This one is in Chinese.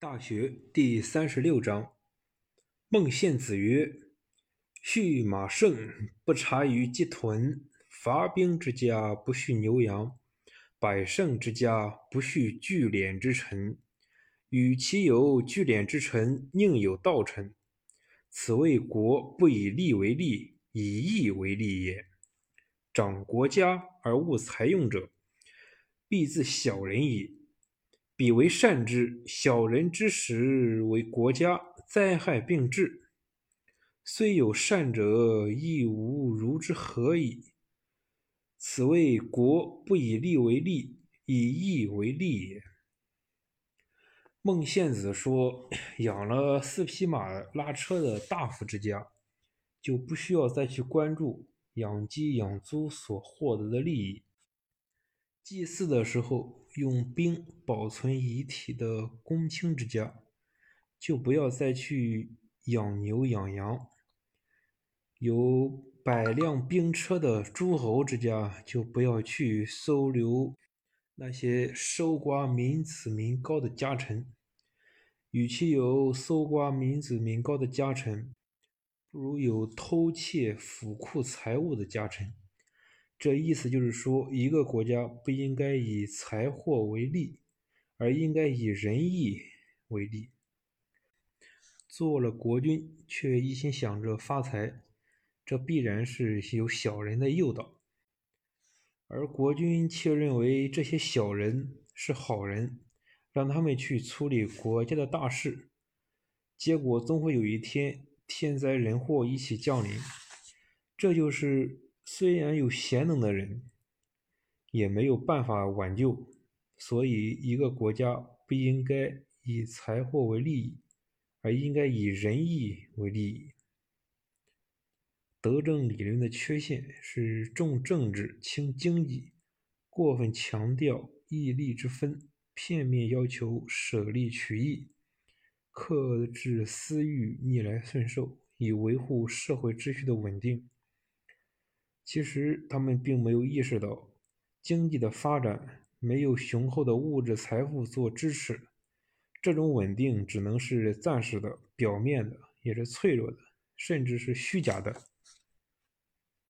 大学第36章，孟献子曰：畜马胜，不察于鸡豚；伐兵之家，不畜牛羊；百胜之家，不畜聚敛之臣。与其有聚敛之臣，宁有道臣？此谓国不以利为利，以义为利也。长国家而务财用者，必自小人也。彼为善之，小人之时为国家，灾害并至。虽有善者，亦无如之何矣。此谓国不以利为利，以义为利也。孟献子说，养了4匹马拉车的大夫之家，就不需要再去关注养鸡养猪所获得的利益。祭祀的时候用冰保存遗体的公卿之家，就不要再去养牛养羊；有百辆兵车的诸侯之家，就不要去收留那些搜刮民脂民膏的家臣。与其有搜刮民脂民膏的家臣，不如有偷窃府库财物的家臣。这意思就是说，一个国家不应该以财货为利，而应该以仁义为利。做了国君，却一心想着发财，这必然是有小人的诱导。而国君却认为这些小人是好人，让他们去处理国家的大事，结果终会有一天天灾人祸一起降临。这就是虽然有贤能的人，也没有办法挽救。所以一个国家不应该以财货为利益，而应该以仁义为利益。德政理论的缺陷是重政治轻经济，过分强调义利之分，片面要求舍利取义，克制私欲，逆来顺受，以维护社会秩序的稳定。其实他们并没有意识到，经济的发展没有雄厚的物质财富做支持，这种稳定只能是暂时的、表面的，也是脆弱的，甚至是虚假的。